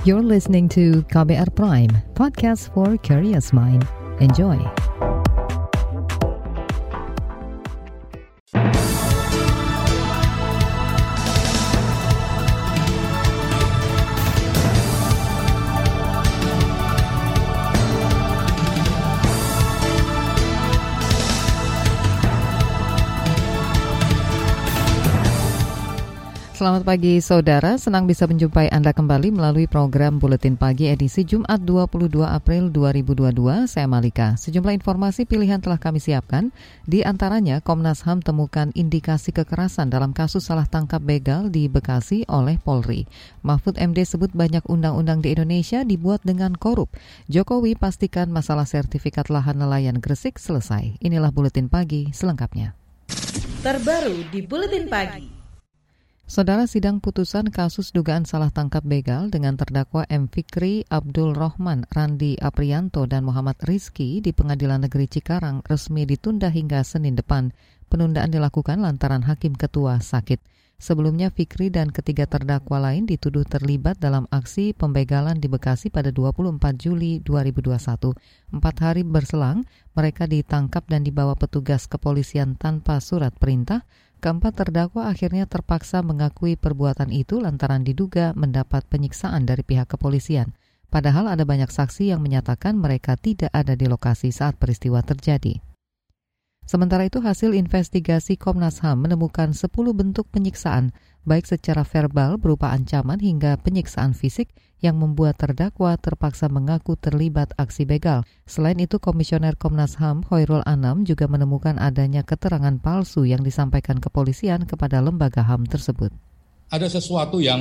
You're listening to KBR Prime, podcast for curious mind. Enjoy. Selamat pagi saudara, senang bisa menjumpai Anda kembali melalui program Buletin Pagi edisi Jumat 22 April 2022. Saya Malika. Sejumlah informasi pilihan telah kami siapkan. Di antaranya Komnas HAM temukan indikasi kekerasan dalam kasus salah tangkap begal di Bekasi oleh Polri. Mahfud MD sebut banyak undang-undang di Indonesia dibuat dengan korup. Jokowi pastikan masalah sertifikat lahan nelayan Gresik selesai. Inilah Buletin Pagi selengkapnya. Terbaru di Buletin Pagi. Saudara, sidang putusan kasus dugaan salah tangkap begal dengan terdakwa M. Fikri, Abdul Rohman, Randi Aprianto, dan Muhammad Rizki di Pengadilan Negeri Cikarang resmi ditunda hingga Senin depan. Penundaan dilakukan lantaran Hakim Ketua sakit. Sebelumnya Fikri dan ketiga terdakwa lain dituduh terlibat dalam aksi pembegalan di Bekasi pada 24 Juli 2021. 4 hari berselang, mereka ditangkap dan dibawa petugas kepolisian tanpa surat perintah. Keempat terdakwa akhirnya terpaksa mengakui perbuatan itu lantaran diduga mendapat penyiksaan dari pihak kepolisian. Padahal ada banyak saksi yang menyatakan mereka tidak ada di lokasi saat peristiwa terjadi. Sementara itu hasil investigasi Komnas HAM menemukan 10 bentuk penyiksaan, baik secara verbal berupa ancaman hingga penyiksaan fisik yang membuat terdakwa terpaksa mengaku terlibat aksi begal. Selain itu, Komisioner Komnas HAM Khairul Anam juga menemukan adanya keterangan palsu yang disampaikan kepolisian kepada lembaga HAM tersebut. Ada sesuatu yang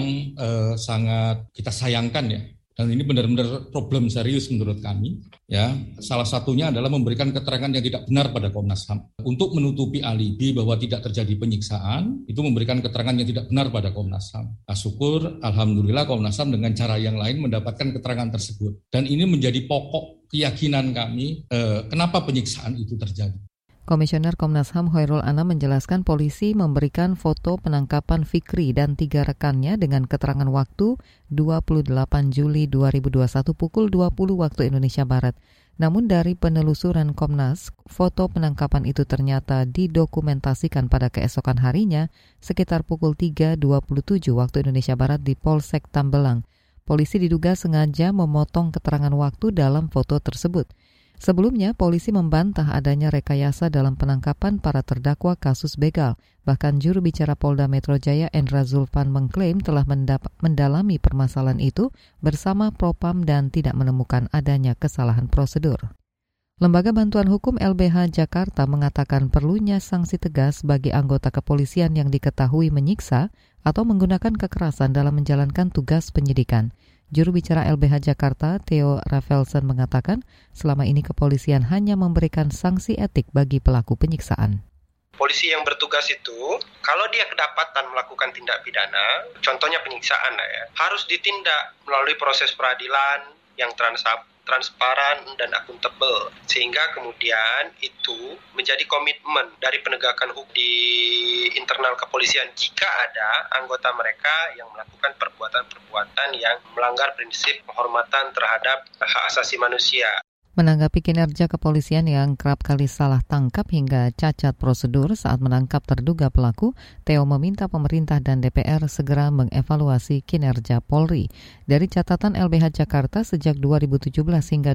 sangat kita sayangkan ya. Dan ini benar-benar problem serius menurut kami. Ya, salah satunya adalah memberikan keterangan yang tidak benar pada Komnas HAM. Untuk menutupi alibi bahwa tidak terjadi penyiksaan, itu memberikan keterangan yang tidak benar pada Komnas HAM. Syukur, alhamdulillah Komnas HAM dengan cara yang lain mendapatkan keterangan tersebut. Dan ini menjadi pokok keyakinan kami kenapa penyiksaan itu terjadi. Komisioner Komnas HAM Khairul Anam menjelaskan polisi memberikan foto penangkapan Fikri dan 3 rekannya dengan keterangan waktu 28 Juli 2021 pukul 20 waktu Indonesia Barat. Namun dari penelusuran Komnas, foto penangkapan itu ternyata didokumentasikan pada keesokan harinya sekitar pukul 3.27 waktu Indonesia Barat di Polsek Tambelang. Polisi diduga sengaja memotong keterangan waktu dalam foto tersebut. Sebelumnya, polisi membantah adanya rekayasa dalam penangkapan para terdakwa kasus begal. Bahkan juru bicara Polda Metro Jaya Endra Zulfan mengklaim telah mendalami permasalahan itu bersama Propam dan tidak menemukan adanya kesalahan prosedur. Lembaga Bantuan Hukum LBH Jakarta mengatakan perlunya sanksi tegas bagi anggota kepolisian yang diketahui menyiksa atau menggunakan kekerasan dalam menjalankan tugas penyidikan. Juru bicara LBH Jakarta, Theo Rafelsen mengatakan, selama ini kepolisian hanya memberikan sanksi etik bagi pelaku penyiksaan. Polisi yang bertugas itu, kalau dia kedapatan melakukan tindak pidana, contohnya penyiksaan harus ditindak melalui proses peradilan yang transparan dan akuntabel, sehingga kemudian itu menjadi komitmen dari penegakan hukum di internal kepolisian jika ada anggota mereka yang melakukan perbuatan-perbuatan yang melanggar prinsip penghormatan terhadap hak asasi manusia. Menanggapi kinerja kepolisian yang kerap kali salah tangkap hingga cacat prosedur saat menangkap terduga pelaku, Theo meminta pemerintah dan DPR segera mengevaluasi kinerja Polri. Dari catatan LBH Jakarta sejak 2017 hingga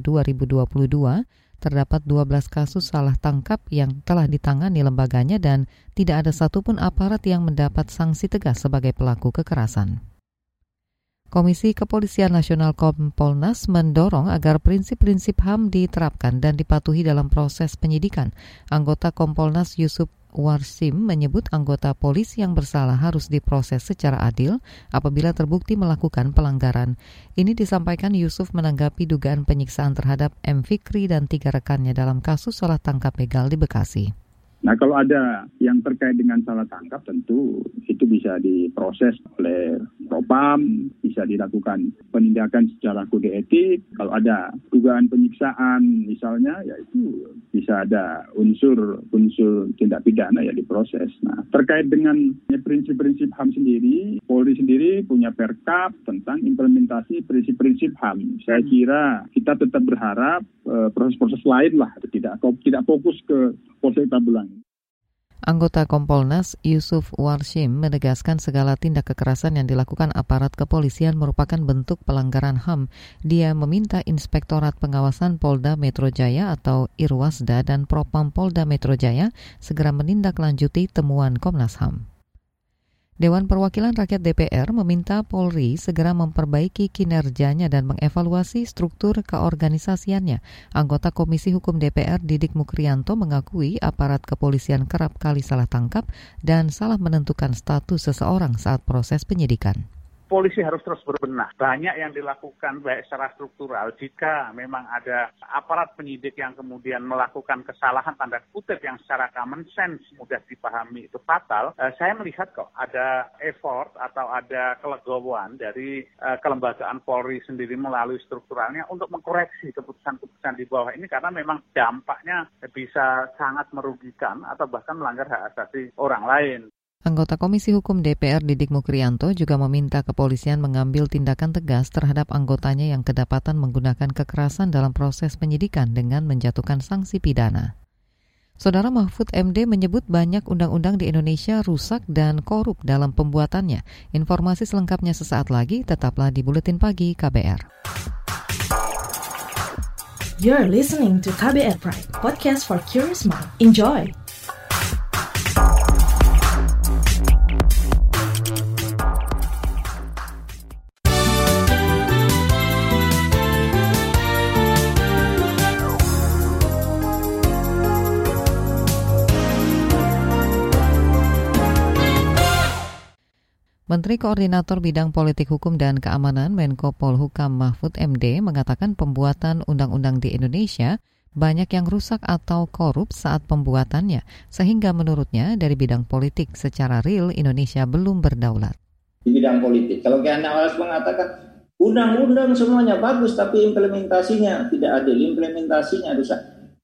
2022, terdapat 12 kasus salah tangkap yang telah ditangani lembaganya dan tidak ada satupun aparat yang mendapat sanksi tegas sebagai pelaku kekerasan. Komisi Kepolisian Nasional Kompolnas mendorong agar prinsip-prinsip HAM diterapkan dan dipatuhi dalam proses penyidikan. Anggota Kompolnas Yusuf Warsim menyebut anggota polisi yang bersalah harus diproses secara adil apabila terbukti melakukan pelanggaran. Ini disampaikan Yusuf menanggapi dugaan penyiksaan terhadap M. Fikri dan 3 rekannya dalam kasus salah tangkap begal di Bekasi. Nah, kalau ada yang terkait dengan salah tangkap, tentu itu bisa diproses oleh Propam, bisa bisa dilakukan penindakan secara kode etik. Kalau ada dugaan penyiksaan misalnya, ya itu bisa ada unsur tindak pidana ya diproses. Nah, terkait dengan prinsip-prinsip HAM sendiri, Polri sendiri punya perkap tentang implementasi prinsip-prinsip HAM. Saya kira kita tetap berharap proses-proses lain lah, tidak fokus ke Polsek Tabulang. Anggota Kompolnas Yusuf Warshim menegaskan segala tindak kekerasan yang dilakukan aparat kepolisian merupakan bentuk pelanggaran HAM. Dia meminta Inspektorat Pengawasan Polda Metro Jaya atau Irwasda dan Propam Polda Metro Jaya segera menindaklanjuti temuan Komnas HAM. Dewan Perwakilan Rakyat DPR meminta Polri segera memperbaiki kinerjanya dan mengevaluasi struktur keorganisasiannya. Anggota Komisi Hukum DPR Didik Mukrianto mengakui aparat kepolisian kerap kali salah tangkap dan salah menentukan status seseorang saat proses penyidikan. Polisi harus terus berbenah. Banyak yang dilakukan baik secara struktural. Jika memang ada aparat penyidik yang kemudian melakukan kesalahan tanda kutip yang secara common sense mudah dipahami itu fatal, saya melihat kok ada effort atau ada kelegowoan dari kelembagaan Polri sendiri melalui strukturalnya untuk mengkoreksi keputusan-keputusan di bawah ini karena memang dampaknya bisa sangat merugikan atau bahkan melanggar hak asasi orang lain. Anggota Komisi Hukum DPR Didik Mukrianto juga meminta kepolisian mengambil tindakan tegas terhadap anggotanya yang kedapatan menggunakan kekerasan dalam proses penyidikan dengan menjatuhkan sanksi pidana. Saudara Mahfud MD menyebut banyak undang-undang di Indonesia rusak dan korup dalam pembuatannya. Informasi selengkapnya sesaat lagi, tetaplah di Buletin Pagi KBR. You're listening to KBR Pride, podcast for curious mind. Enjoy! Menteri Koordinator Bidang Politik Hukum dan Keamanan Menko Polhukam Mahfud MD mengatakan pembuatan undang-undang di Indonesia banyak yang rusak atau korup saat pembuatannya, sehingga menurutnya dari bidang politik secara real Indonesia belum berdaulat. Di bidang politik, kalau Kiai Nawalas mengatakan undang-undang semuanya bagus tapi implementasinya tidak adil, implementasinya rusak.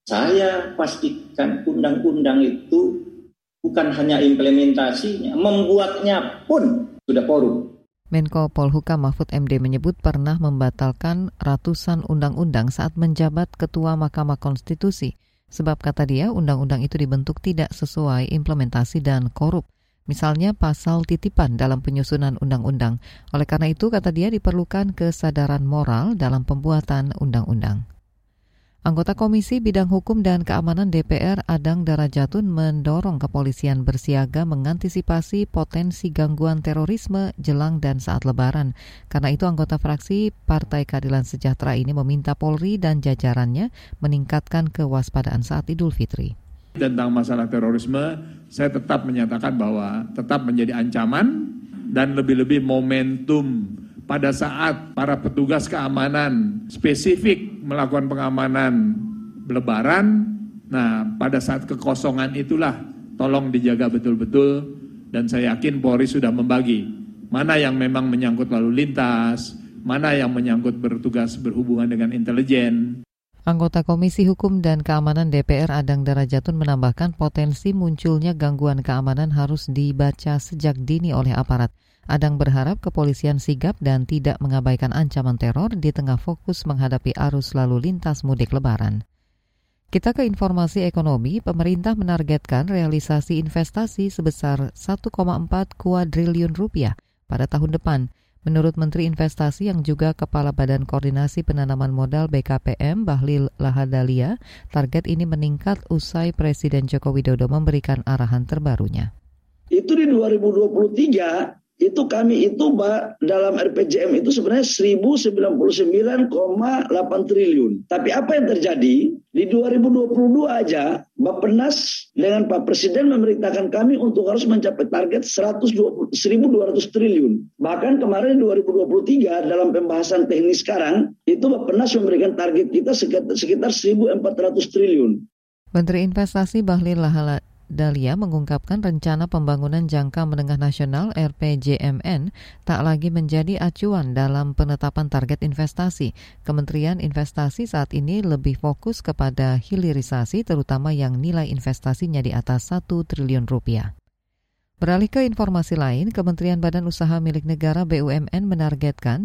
Saya pastikan undang-undang itu bukan hanya implementasinya, membuatnya pun sudah korup. Menko Polhukam Mahfud MD menyebut pernah membatalkan ratusan undang-undang saat menjabat Ketua Mahkamah Konstitusi. Sebab kata dia, undang-undang itu dibentuk tidak sesuai implementasi dan korup. Misalnya pasal titipan dalam penyusunan undang-undang. Oleh karena itu, kata dia, diperlukan kesadaran moral dalam pembuatan undang-undang. Anggota Komisi Bidang Hukum dan Keamanan DPR Adang Darajatun mendorong kepolisian bersiaga mengantisipasi potensi gangguan terorisme jelang dan saat Lebaran. Karena itu anggota fraksi Partai Keadilan Sejahtera ini meminta Polri dan jajarannya meningkatkan kewaspadaan saat Idul Fitri. Tentang masalah terorisme, saya tetap menyatakan bahwa tetap menjadi ancaman dan lebih-lebih momentum pada saat para petugas keamanan spesifik melakukan pengamanan Lebaran, nah pada saat kekosongan itulah tolong dijaga betul-betul dan saya yakin Polri sudah membagi mana yang memang menyangkut lalu lintas, mana yang menyangkut bertugas berhubungan dengan intelijen. Anggota Komisi Hukum dan Keamanan DPR Adang Darajatun menambahkan potensi munculnya gangguan keamanan harus dibaca sejak dini oleh aparat. Adang berharap kepolisian sigap dan tidak mengabaikan ancaman teror di tengah fokus menghadapi arus lalu lintas mudik Lebaran. Kita ke informasi ekonomi, pemerintah menargetkan realisasi investasi sebesar 1,4 kuadriliun rupiah pada tahun depan. Menurut Menteri Investasi yang juga Kepala Badan Koordinasi Penanaman Modal BKPM, Bahlil Lahadalia, target ini meningkat usai Presiden Joko Widodo memberikan arahan terbarunya. Itu di 2023, itu kami itu dalam RPJM itu sebenarnya 1.099,8 triliun. Tapi apa yang terjadi? Di 2022 aja, Bappenas dengan Pak Presiden memerintahkan kami untuk harus mencapai target 1.200 triliun. Bahkan kemarin 2023 dalam pembahasan teknis sekarang, itu Bappenas memberikan target kita sekitar 1.400 triliun. Menteri Investasi Bahlil Dahlia mengungkapkan rencana pembangunan jangka menengah nasional RPJMN tak lagi menjadi acuan dalam penetapan target investasi. Kementerian Investasi saat ini lebih fokus kepada hilirisasi, terutama yang nilai investasinya di atas 1 triliun rupiah. Beralih ke informasi lain, Kementerian Badan Usaha Milik Negara BUMN menargetkan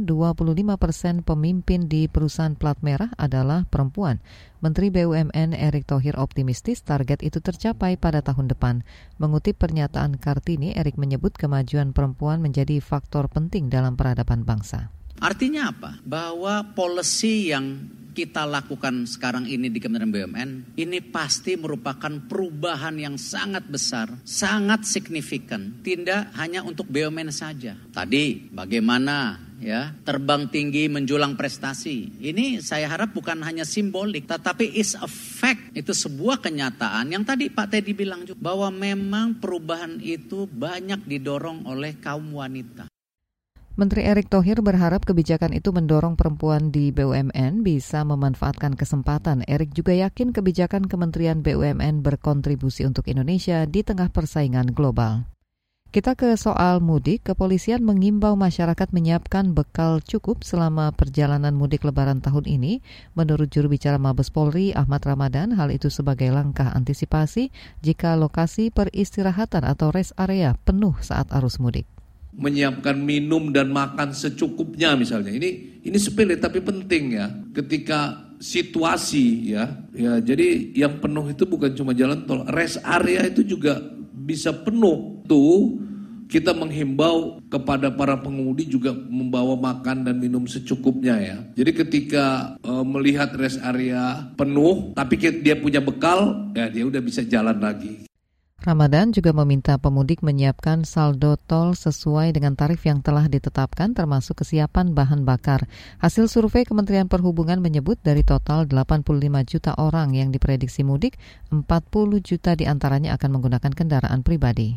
25% pemimpin di perusahaan plat merah adalah perempuan. Menteri BUMN Erick Thohir optimistis target itu tercapai pada tahun depan. Mengutip pernyataan Kartini, Erick menyebut kemajuan perempuan menjadi faktor penting dalam peradaban bangsa. Artinya apa? Bahwa policy yang kita lakukan sekarang ini di Kementerian BUMN, ini pasti merupakan perubahan yang sangat besar, sangat signifikan. Tidak hanya untuk BUMN saja. Tadi bagaimana ya terbang tinggi menjulang prestasi. Ini saya harap bukan hanya simbolik, tetapi is a fact. Itu sebuah kenyataan yang tadi Pak Teddy bilang juga, bahwa memang perubahan itu banyak didorong oleh kaum wanita. Menteri Erick Thohir berharap kebijakan itu mendorong perempuan di BUMN bisa memanfaatkan kesempatan. Erick juga yakin kebijakan Kementerian BUMN berkontribusi untuk Indonesia di tengah persaingan global. Kita ke soal mudik. Kepolisian mengimbau masyarakat menyiapkan bekal cukup selama perjalanan mudik Lebaran tahun ini. Menurut juru bicara Mabes Polri, Ahmad Ramadan, hal itu sebagai langkah antisipasi jika lokasi peristirahatan atau rest area penuh saat arus mudik. Menyiapkan minum dan makan secukupnya misalnya. Ini sepele tapi penting ya. Ketika situasi ya jadi yang penuh itu bukan cuma jalan tol, rest area itu juga bisa penuh. Tuh kita menghimbau kepada para pengemudi juga membawa makan dan minum secukupnya ya. Jadi ketika melihat rest area penuh tapi dia punya bekal, ya dia udah bisa jalan lagi. Ramadan juga meminta pemudik menyiapkan saldo tol sesuai dengan tarif yang telah ditetapkan termasuk kesiapan bahan bakar. Hasil survei Kementerian Perhubungan menyebut dari total 85 juta orang yang diprediksi mudik, 40 juta diantaranya akan menggunakan kendaraan pribadi.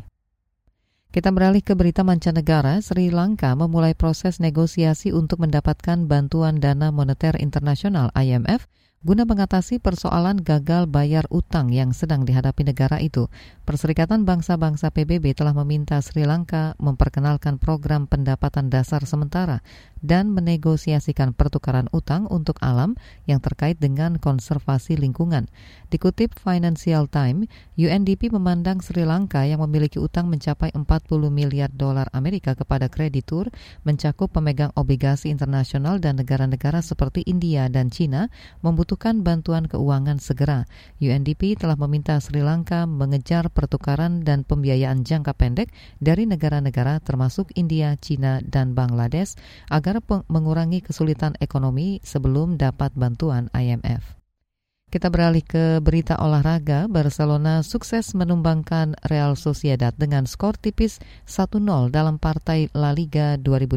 Kita beralih ke berita mancanegara. Sri Lanka memulai proses negosiasi untuk mendapatkan bantuan dana moneter internasional IMF guna mengatasi persoalan gagal bayar utang yang sedang dihadapi negara itu. Perserikatan Bangsa-Bangsa PBB telah meminta Sri Lanka memperkenalkan program pendapatan dasar sementara dan menegosiasikan pertukaran utang untuk alam yang terkait dengan konservasi lingkungan. Dikutip Financial Times, UNDP memandang Sri Lanka yang memiliki utang mencapai 40 miliar dolar Amerika kepada kreditur, mencakup pemegang obligasi internasional dan negara-negara seperti India dan China, membutuhkan bantuan keuangan segera. UNDP telah meminta Sri Lanka mengejar pertukaran dan pembiayaan jangka pendek dari negara-negara termasuk India, China, dan Bangladesh agar mengurangi kesulitan ekonomi sebelum dapat bantuan IMF. Kita beralih ke berita olahraga. Barcelona sukses menumbangkan Real Sociedad dengan skor tipis 1-0 dalam partai La Liga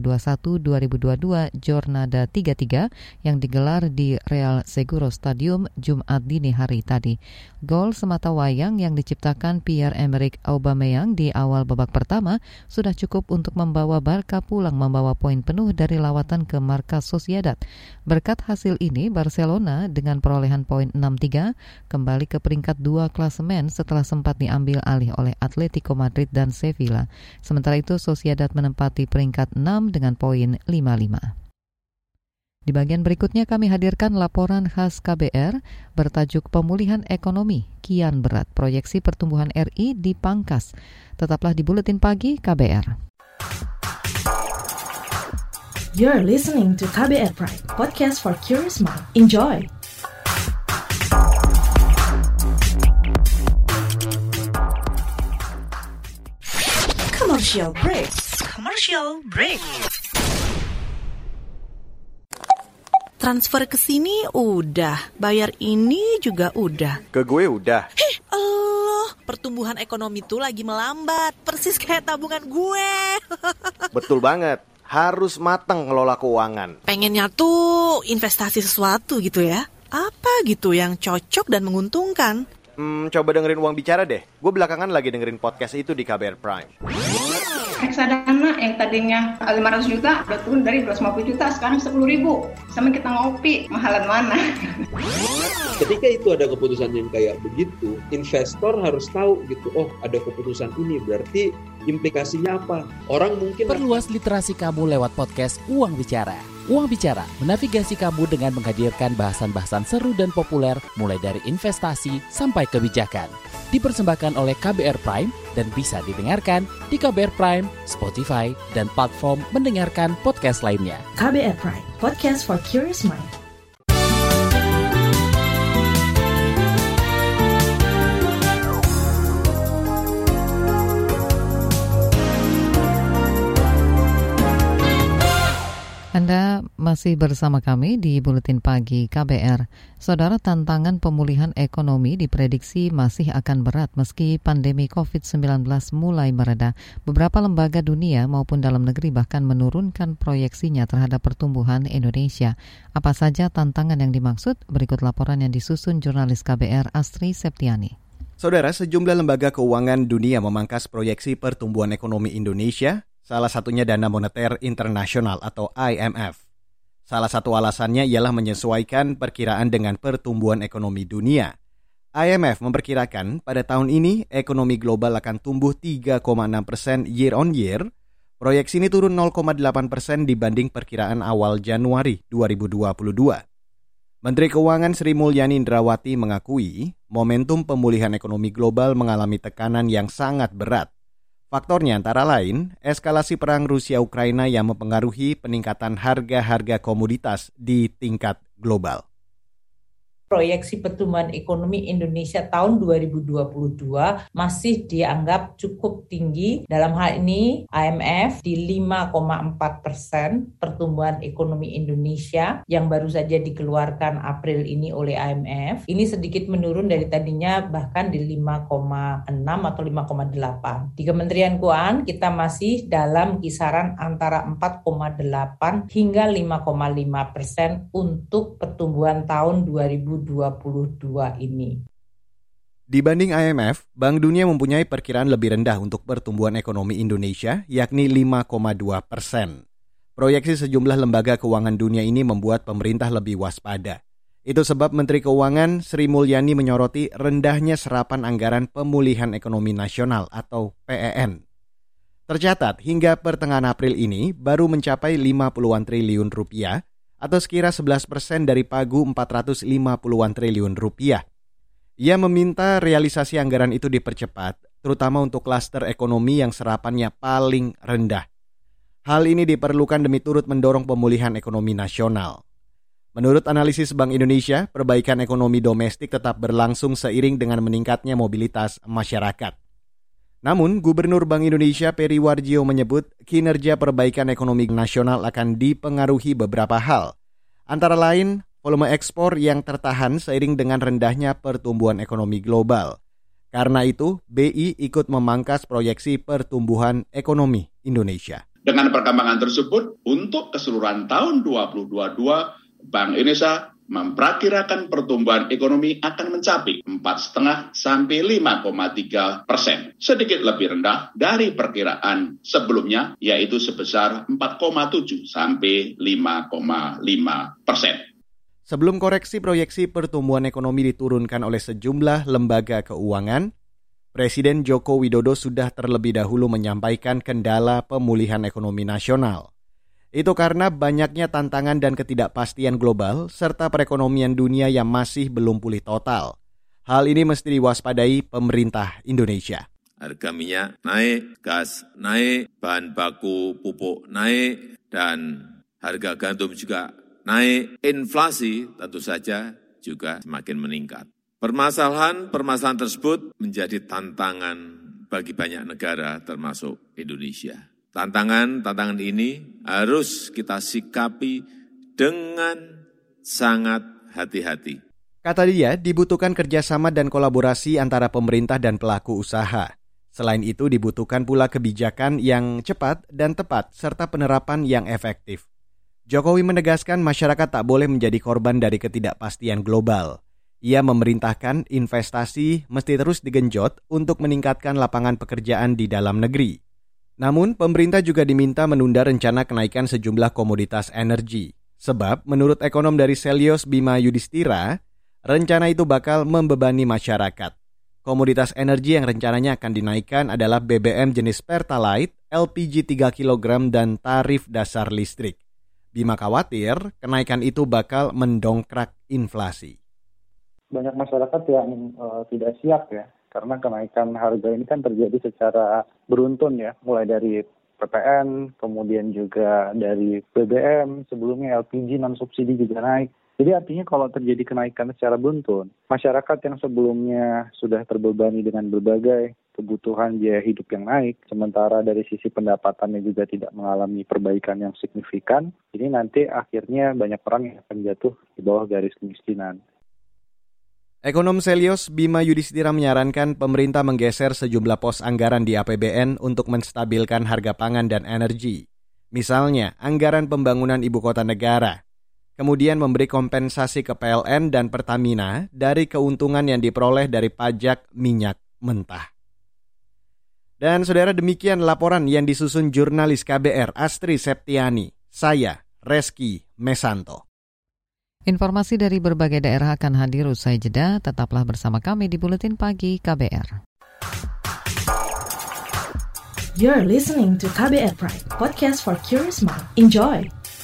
2021-2022 Jornada 33 yang digelar di Real Seguro Stadium Jumat dini hari tadi. Gol semata wayang yang diciptakan Pierre-Emerick Aubameyang di awal babak pertama sudah cukup untuk membawa Barca pulang membawa poin penuh dari lawatan ke markas Sociedad. Berkat hasil ini, Barcelona dengan perolehan poin 6-3 kembali ke peringkat 2 klasemen setelah sempat diambil alih oleh Atletico Madrid dan Sevilla. Sementara itu Sociedad menempati peringkat 6 dengan poin 55. Di bagian berikutnya kami hadirkan laporan khas KBR bertajuk Pemulihan Ekonomi Kian Berat, Proyeksi Pertumbuhan RI dipangkas. Tetaplah di Buletin Pagi KBR. You're listening to KBR Pride, podcast for curious mind. Enjoy! Commercial break. Commercial break. Transfer ke sini udah, bayar ini juga udah. Ke gue udah. Allah, pertumbuhan ekonomi tuh lagi melambat, persis kayak tabungan gue. Betul banget, harus matang ngelola keuangan. Pengennya tuh investasi sesuatu gitu ya. Apa gitu yang cocok dan menguntungkan? Coba dengerin Uang Bicara deh. Gue belakangan lagi dengerin podcast itu di KBR Prime. Reksadana yang tadi tadinya 500 juta, udah turun dari 250 juta, sekarang 10.000. Sama kita ngopi, mahalan mana? Ketika itu ada keputusan yang kayak begitu, investor harus tahu gitu, oh ada keputusan ini, berarti implikasinya apa? Orang mungkin... Perluas literasi kamu lewat podcast Uang Bicara. Uang Bicara menavigasi kamu dengan menghadirkan bahasan-bahasan seru dan populer mulai dari investasi sampai kebijakan. Dipersembahkan oleh KBR Prime dan bisa didengarkan di KBR Prime, Spotify, dan platform mendengarkan podcast lainnya. KBR Prime, podcast for curious mind. Anda masih bersama kami di Buletin Pagi KBR. Saudara, tantangan pemulihan ekonomi diprediksi masih akan berat meski pandemi COVID-19 mulai mereda. Beberapa lembaga dunia maupun dalam negeri bahkan menurunkan proyeksinya terhadap pertumbuhan Indonesia. Apa saja tantangan yang dimaksud? Berikut laporan yang disusun jurnalis KBR Astri Septiani. Saudara, sejumlah lembaga keuangan dunia memangkas proyeksi pertumbuhan ekonomi Indonesia, salah satunya Dana Moneter Internasional atau IMF. Salah satu alasannya ialah menyesuaikan perkiraan dengan pertumbuhan ekonomi dunia. IMF memperkirakan pada tahun ini ekonomi global akan tumbuh 3,6% year on year. Proyeksi ini turun 0,8% dibanding perkiraan awal Januari 2022. Menteri Keuangan Sri Mulyani Indrawati mengakui momentum pemulihan ekonomi global mengalami tekanan yang sangat berat. Faktornya antara lain, eskalasi perang Rusia-Ukraina yang mempengaruhi peningkatan harga-harga komoditas di tingkat global. Proyeksi pertumbuhan ekonomi Indonesia tahun 2022 masih dianggap cukup tinggi. Dalam hal ini IMF di 5,4% pertumbuhan ekonomi Indonesia yang baru saja dikeluarkan April ini oleh IMF. Ini sedikit menurun dari tadinya bahkan di 5,6 atau 5,8. Di Kementerian Keuangan kita masih dalam kisaran antara 4,8 hingga 5,5% untuk pertumbuhan tahun 2022 ini. Dibanding IMF, Bank Dunia mempunyai perkiraan lebih rendah untuk pertumbuhan ekonomi Indonesia, yakni 5,2%. Proyeksi sejumlah lembaga keuangan dunia ini membuat pemerintah lebih waspada. Itu sebab Menteri Keuangan Sri Mulyani menyoroti rendahnya serapan anggaran pemulihan ekonomi nasional atau PEN. Tercatat hingga pertengahan April ini baru mencapai 50-an triliun rupiah, atau sekira 11% dari pagu 450-an triliun rupiah. Ia meminta realisasi anggaran itu dipercepat, terutama untuk klaster ekonomi yang serapannya paling rendah. Hal ini diperlukan demi turut mendorong pemulihan ekonomi nasional. Menurut analisis Bank Indonesia, perbaikan ekonomi domestik tetap berlangsung seiring dengan meningkatnya mobilitas masyarakat. Namun, Gubernur Bank Indonesia Peri Warjio menyebut kinerja perbaikan ekonomi nasional akan dipengaruhi beberapa hal. Antara lain, volume ekspor yang tertahan seiring dengan rendahnya pertumbuhan ekonomi global. Karena itu, BI ikut memangkas proyeksi pertumbuhan ekonomi Indonesia. Dengan perkembangan tersebut, untuk keseluruhan tahun 2022, Bank Indonesia memperkirakan pertumbuhan ekonomi akan mencapai 4,5 sampai 5,3%, sedikit lebih rendah dari perkiraan sebelumnya, yaitu sebesar 4,7 sampai 5,5%. Sebelum koreksi proyeksi pertumbuhan ekonomi diturunkan oleh sejumlah lembaga keuangan, Presiden Joko Widodo sudah terlebih dahulu menyampaikan kendala pemulihan ekonomi nasional. Itu karena banyaknya tantangan dan ketidakpastian global serta perekonomian dunia yang masih belum pulih total. Hal ini mesti diwaspadai pemerintah Indonesia. Harga minyak naik, gas naik, bahan baku pupuk naik, dan harga gandum juga naik. Inflasi tentu saja juga semakin meningkat. Permasalahan tersebut menjadi tantangan bagi banyak negara termasuk Indonesia. Tantangan ini harus kita sikapi dengan sangat hati-hati. Kata dia, dibutuhkan kerjasama dan kolaborasi antara pemerintah dan pelaku usaha. Selain itu, dibutuhkan pula kebijakan yang cepat dan tepat, serta penerapan yang efektif. Jokowi menegaskan masyarakat tak boleh menjadi korban dari ketidakpastian global. Ia memerintahkan investasi mesti terus digenjot untuk meningkatkan lapangan pekerjaan di dalam negeri. Namun, pemerintah juga diminta menunda rencana kenaikan sejumlah komoditas energi. Sebab, menurut ekonom dari Celios Bima Yudhistira, rencana itu bakal membebani masyarakat. Komoditas energi yang rencananya akan dinaikkan adalah BBM jenis Pertalite, LPG 3 kg, dan tarif dasar listrik. Bima khawatir kenaikan itu bakal mendongkrak inflasi. Banyak masyarakat yang tidak siap ya, karena kenaikan harga ini kan terjadi secara beruntun ya, mulai dari PPN, kemudian juga dari BBM, sebelumnya LPG non-subsidi juga naik. Jadi artinya kalau terjadi kenaikan secara beruntun, masyarakat yang sebelumnya sudah terbebani dengan berbagai kebutuhan biaya hidup yang naik, sementara dari sisi pendapatannya juga tidak mengalami perbaikan yang signifikan, ini nanti akhirnya banyak orang yang akan jatuh di bawah garis kemiskinan. Ekonom Celios Bima Yudhistira menyarankan pemerintah menggeser sejumlah pos anggaran di APBN untuk menstabilkan harga pangan dan energi. Misalnya, anggaran pembangunan ibu kota negara. Kemudian memberi kompensasi ke PLN dan Pertamina dari keuntungan yang diperoleh dari pajak minyak mentah. Dan saudara, demikian laporan yang disusun jurnalis KBR Astri Septiani. Saya, Reski Mesanto. Informasi dari berbagai daerah akan hadir usai jeda. Tetaplah bersama kami di Buletin Pagi KBR. You're listening to KBR Pride, podcast for curious mind. Enjoy!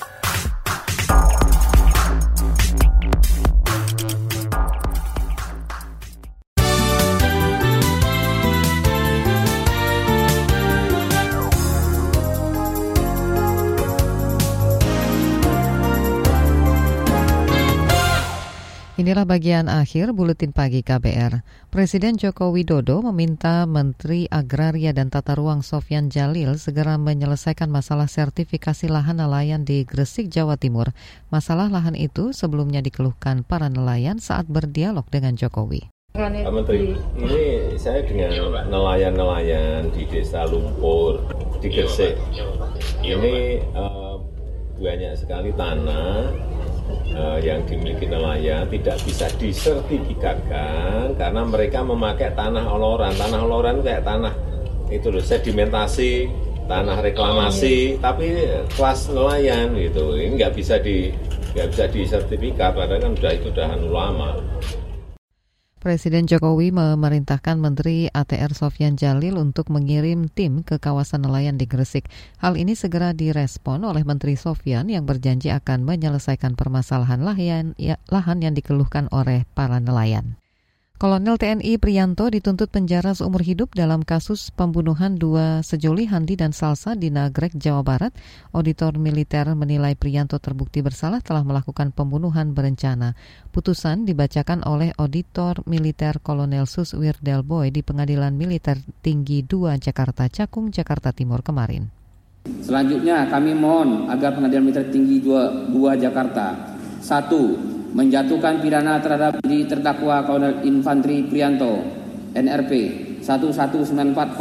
Inilah bagian akhir Buletin Pagi KBR. Presiden Joko Widodo meminta Menteri Agraria dan Tata Ruang Sofyan Djalil segera menyelesaikan masalah sertifikasi lahan nelayan di Gresik, Jawa Timur. Masalah lahan itu sebelumnya dikeluhkan para nelayan saat berdialog dengan Jokowi. Pak Menteri, ini saya dengan nelayan-nelayan di Desa Lumpur, di Gresik. Ini banyak sekali tanah yang dimiliki nelayan tidak bisa disertifikatkan karena mereka memakai tanah oloran. Tanah oloran kayak tanah itu loh, sedimentasi, tanah reklamasi, tapi kelas nelayan gitu. Ini nggak bisa disertifikat, padahal kan itu udah lama. Presiden Jokowi memerintahkan Menteri ATR Sofyan Djalil untuk mengirim tim ke kawasan nelayan di Gresik. Hal ini segera direspon oleh Menteri Sofyan yang berjanji akan menyelesaikan permasalahan lahan yang dikeluhkan oleh para nelayan. Kolonel TNI Priyanto dituntut penjara seumur hidup dalam kasus pembunuhan dua sejoli Handi dan Salsa di Nagrek, Jawa Barat. Auditor militer menilai Priyanto terbukti bersalah telah melakukan pembunuhan berencana. Putusan dibacakan oleh Auditor Militer Kolonel Sus Wirdelboy di Pengadilan Militer Tinggi 2 Jakarta Cakung, Jakarta Timur kemarin. Selanjutnya kami mohon agar Pengadilan Militer Tinggi 2 Jakarta 1. Menjatuhkan pidana terhadap terdakwa Kolonel Infantri Priyanto NRP 119400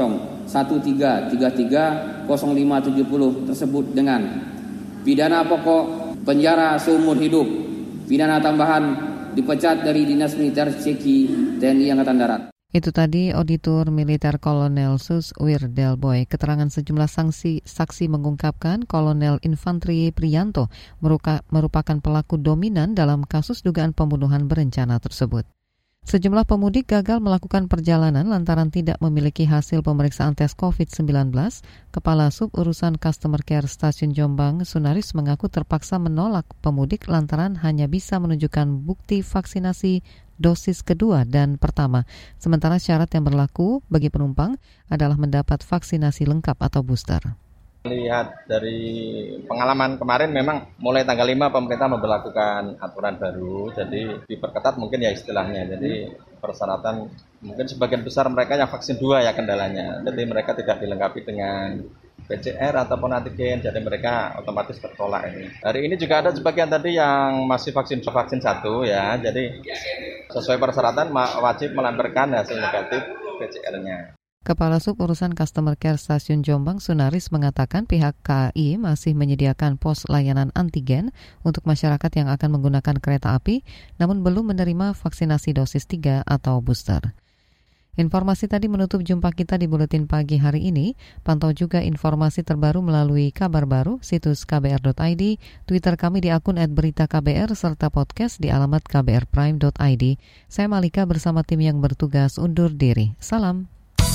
1333 0570 tersebut dengan pidana pokok penjara seumur hidup, pidana tambahan dipecat dari Dinas Militer Ceki TNI Angkatan Darat. Itu tadi Auditor Militer Kolonel Sus Wirdelboy. Keterangan sejumlah saksi mengungkapkan Kolonel Infantri Priyanto merupakan pelaku dominan dalam kasus dugaan pembunuhan berencana tersebut. Sejumlah pemudik gagal melakukan perjalanan lantaran tidak memiliki hasil pemeriksaan tes COVID-19. Kepala Sub Urusan Customer Care Stasiun Jombang, Sunaris, mengaku terpaksa menolak pemudik lantaran hanya bisa menunjukkan bukti vaksinasi dosis kedua dan pertama. Sementara syarat yang berlaku bagi penumpang adalah mendapat vaksinasi lengkap atau booster. Lihat dari pengalaman kemarin memang mulai tanggal 5 pemerintah memberlakukan aturan baru, jadi diperketat mungkin ya istilahnya. Jadi persyaratan mungkin sebagian besar mereka yang vaksin 2 ya kendalanya. Jadi mereka tidak dilengkapi dengan PCR ataupun antigen, jadi mereka otomatis tertolak ini. Hari ini juga ada sebagian tadi yang masih vaksin 1 ya, jadi sesuai persyaratan wajib melampirkan hasil negatif PCR-nya. Kepala Sub Urusan Customer Care Stasiun Jombang, Sunaris, mengatakan pihak KAI masih menyediakan pos layanan antigen untuk masyarakat yang akan menggunakan kereta api, namun belum menerima vaksinasi dosis 3 atau booster. Informasi tadi menutup jumpa kita di Buletin Pagi hari ini. Pantau juga informasi terbaru melalui kabar baru, situs kbr.id, Twitter kami di akun @beritaKBR, serta podcast di alamat kbrprime.id. Saya Malika bersama tim yang bertugas undur diri. Salam.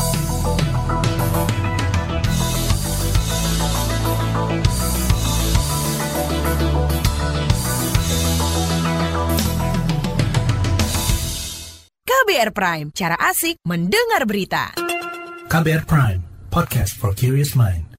KBR Prime, cara asik mendengar berita. KBR Prime, podcast for curious mind.